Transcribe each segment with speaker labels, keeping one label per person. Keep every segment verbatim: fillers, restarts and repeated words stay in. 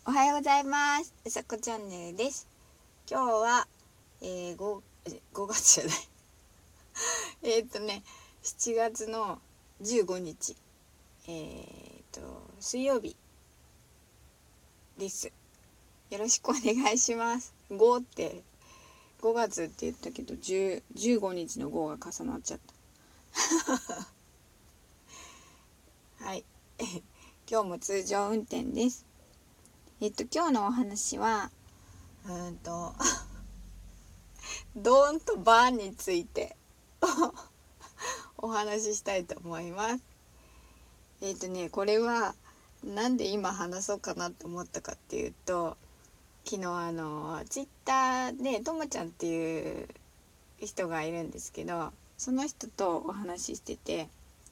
Speaker 1: おはようございます。うさこチャンネルです。今日は、えー、5, 5月じゃないえっとねしちがつのじゅうごにち、えー、と水曜日です。よろしくお願いします。ごってごがつって言ったけどじゅう、じゅうごにちのごが重なっちゃったはい今日も通常運転です。えっと今日のお話はうーんとドーンとバーンについてお話ししたいと思います。えっとねこれはなんで今話そうかなと思ったかっていうと、昨日あのツイッターでともちゃんっていう人がいるんですけど、その人とお話ししてて、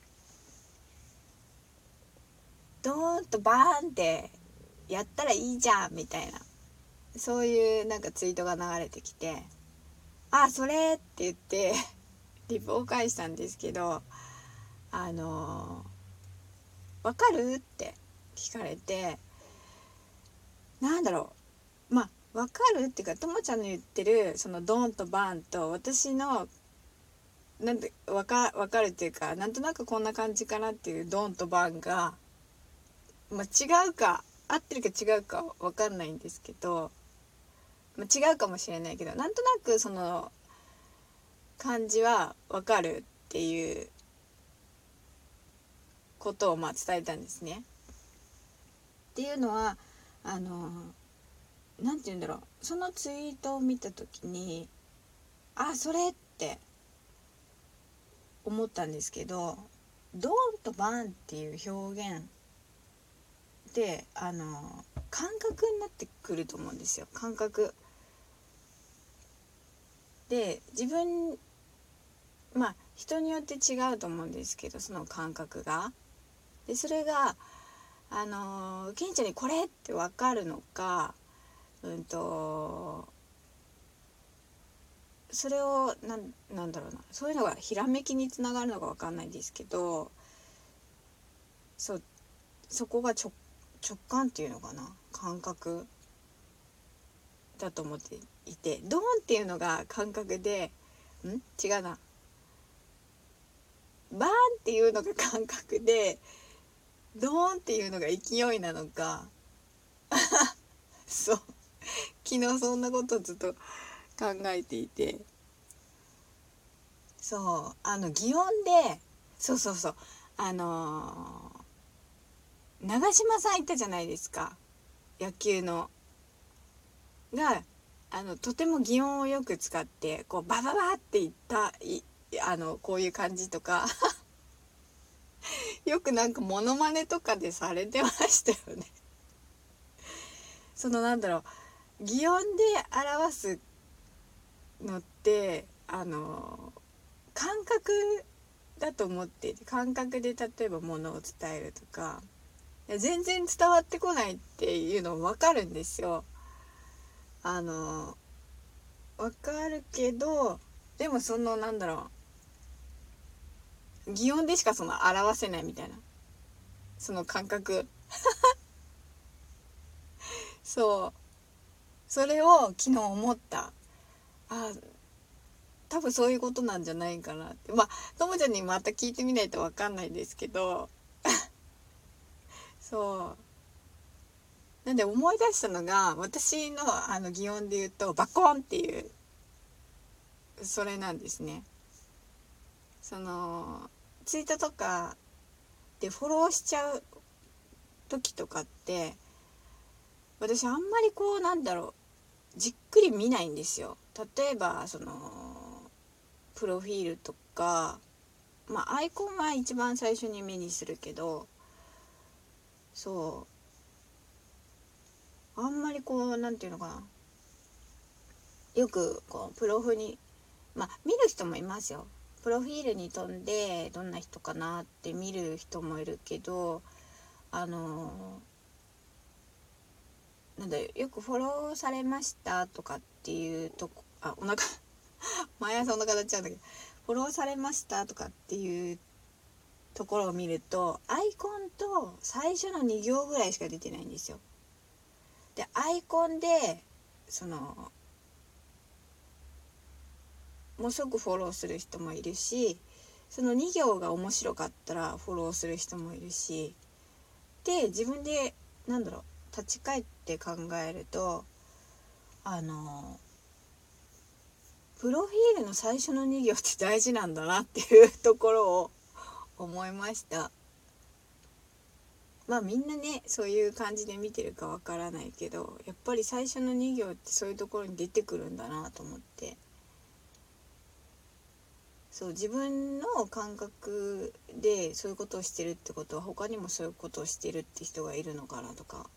Speaker 1: ドーンとバーンってやったらいいじゃんみたいな、そういうなんかツイートが流れてきて、あそれって言ってリプを返したんですけど、あのわかるって聞かれて、なんだろう、まあわかるっていうか、ともちゃんの言ってるそのドーンとバーンと私のなんでわかわかるっていうか、なんとなくこんな感じかなっていうドーンとバーンが、まあ、違うか合ってるか違うかわかんないんですけど、まあ、違うかもしれないけど、なんとなくその感じはわかるっていうことをまあ伝えたんですね。っていうのはあのなんて言うんだろう、そのツイートを見た時に、あそれって思ったんですけど、ドーンとバーンっていう表現であの感覚になってくると思うんですよ。感覚で、自分まあ人によって違うと思うんですけど、その感覚がで、それがあのケンちゃんにこれって分かるのか、うんとそれをな ん, なんだろうな、そういうのがひらめきにつながるのか分かんないですけど、そうそこが直直感っていうのかな、感覚だと思っていて、ドーンっていうのが感覚で、ん違うな、バーンっていうのが感覚で、ドーンっていうのが勢いなのかそう昨日そんなことをずっと考えていて、そうあの擬音で、そうそうそう、あのー、長嶋さんいたじゃないですか、野球のが、あのとても擬音をよく使って、こうバババっていったいあのこういう感じとかよくなんかモノマネとかでされてましたよね。そのなんだろう、擬音で表すのってあの感覚だと思っていて、感覚で例えばものを伝えるとか、全然伝わってこないっていうの分かるんですよ。あの分かるけど、でもそのなんだろう、擬音でしかその表せないみたいな、その感覚そうそれを昨日思った。あ多分そういうことなんじゃないかなって。まあともちゃんにまた聞いてみないと分かんないですけどそうなんで思い出したのが、私のあの擬音で言うとバコンっていう、それなんですね。そのツイートとかでフォローしちゃう時とかって、私あんまりこうなんだろう、じっくり見ないんですよ。例えばそのプロフィールとか、まあアイコンは一番最初に目にするけど、そうあんまりこうなんていうのかな、よくこうプロフにまあ見る人もいますよ。プロフィールに飛んでどんな人かなって見る人もいるけど、あのなんだよくフォローされましたとかっていうとこ、あお腹毎朝お腹立っちゃうんだけど、フォローされましたとかっていうところを見ると、アイコンと最初のに行ぐらいしか出てないんですよ。 でアイコンでそのもう即フォローする人もいるし、そのに行が面白かったらフォローする人もいるし、で自分でなんだろう立ち返って考えると、あのプロフィールの最初のに行って大事なんだなっていうところを思いました。まあみんなねそういう感じで見てるかわからないけど、やっぱり最初のに行ってそういうところに出てくるんだなと思って、そう自分の感覚でそういうことをしてるってことは他にもそういうことをしてるって人がいるのかなとか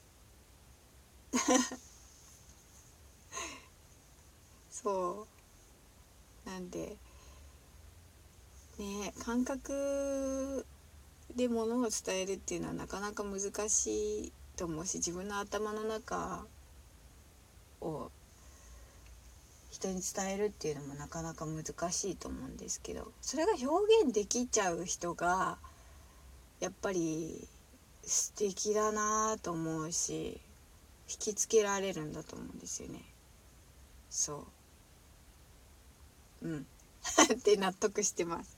Speaker 1: そうなんでね、感覚で物を伝えるっていうのはなかなか難しいと思うし、自分の頭の中を人に伝えるっていうのもなかなか難しいと思うんですけど、それが表現できちゃう人がやっぱり素敵だなと思うし、引きつけられるんだと思うんですよね。そううんって納得してます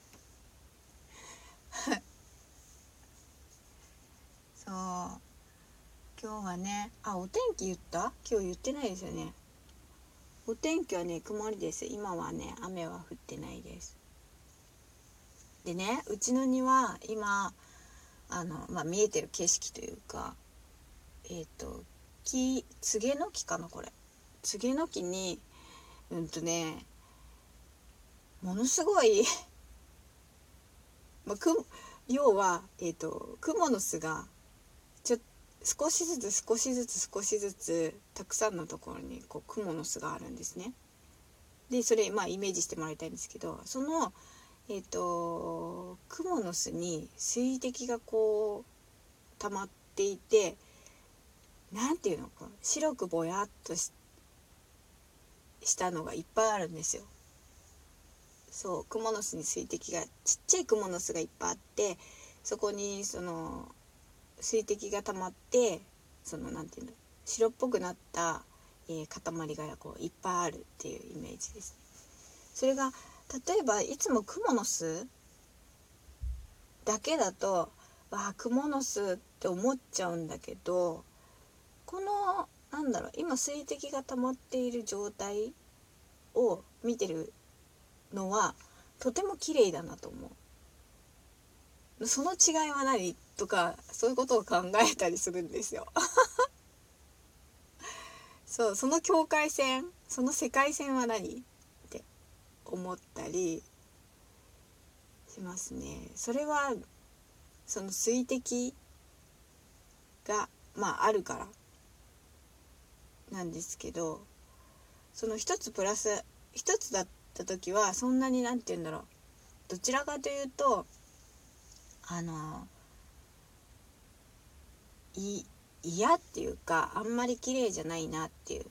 Speaker 1: そう今日はね、あお天気言った？今日言ってないですよね。お天気はね曇りです。今はね雨は降ってないです。でね、うちの庭今あの、まあ、見えてる景色というか、えっと木つげの木かな、これつげの木にうんとねものすごいまあ、く要は、えーと、クモの巣がちょ少しずつ少しずつ少しずつたくさんのところにこうクモの巣があるんですね。でそれまあイメージしてもらいたいんですけど、そのえっ、ー、とクモの巣に水滴がこう溜まっていて、なんていうのか白くぼやっと し, したのがいっぱいあるんですよ。そうクモの巣に水滴がちっちゃいクモの巣がいっぱいあって、そこにその水滴が溜まって、そのなんていうの白っぽくなった、えー、塊がこういっぱいあるっていうイメージです。それが例えばいつもクモの巣だけだとわあクモの巣って思っちゃうんだけど、このなんだろう今水滴が溜まっている状態を見てるのはとても綺麗だなと思う。その違いは何とかそういうことを考えたりするんですよそうその境界線、その世界線は何って思ったりしますね。それはその水滴がまああるからなんですけど、その一つプラス一つだった時はそんなになんて言うんだろう、どちらかというとあのい嫌っていうかあんまり綺麗じゃないなっていう、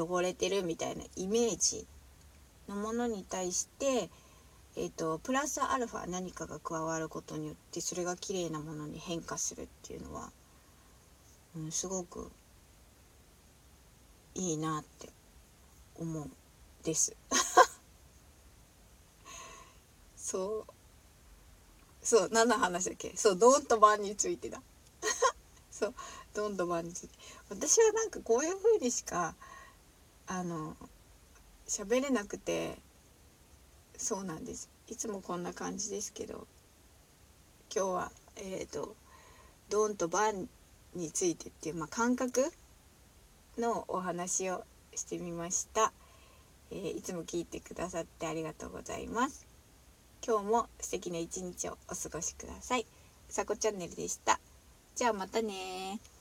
Speaker 1: 汚れてるみたいなイメージのものに対して、えーと、プラスアルファ何かが加わることによってそれが綺麗なものに変化するっていうのは、うん、すごくいいなって思うんですそうそう何の話だっけ、そうドンとバンについてだそうドンとバンについて、私はなんかこういう風にしかあの喋れなくて、そうなんです、いつもこんな感じですけど、今日はえっとドンとバンについてっていう、まあ、感覚のお話をしてみました、えー、いつも聞いてくださってありがとうございます。今日も素敵な一日をお過ごしください。さこチャンネルでした。じゃあまたね。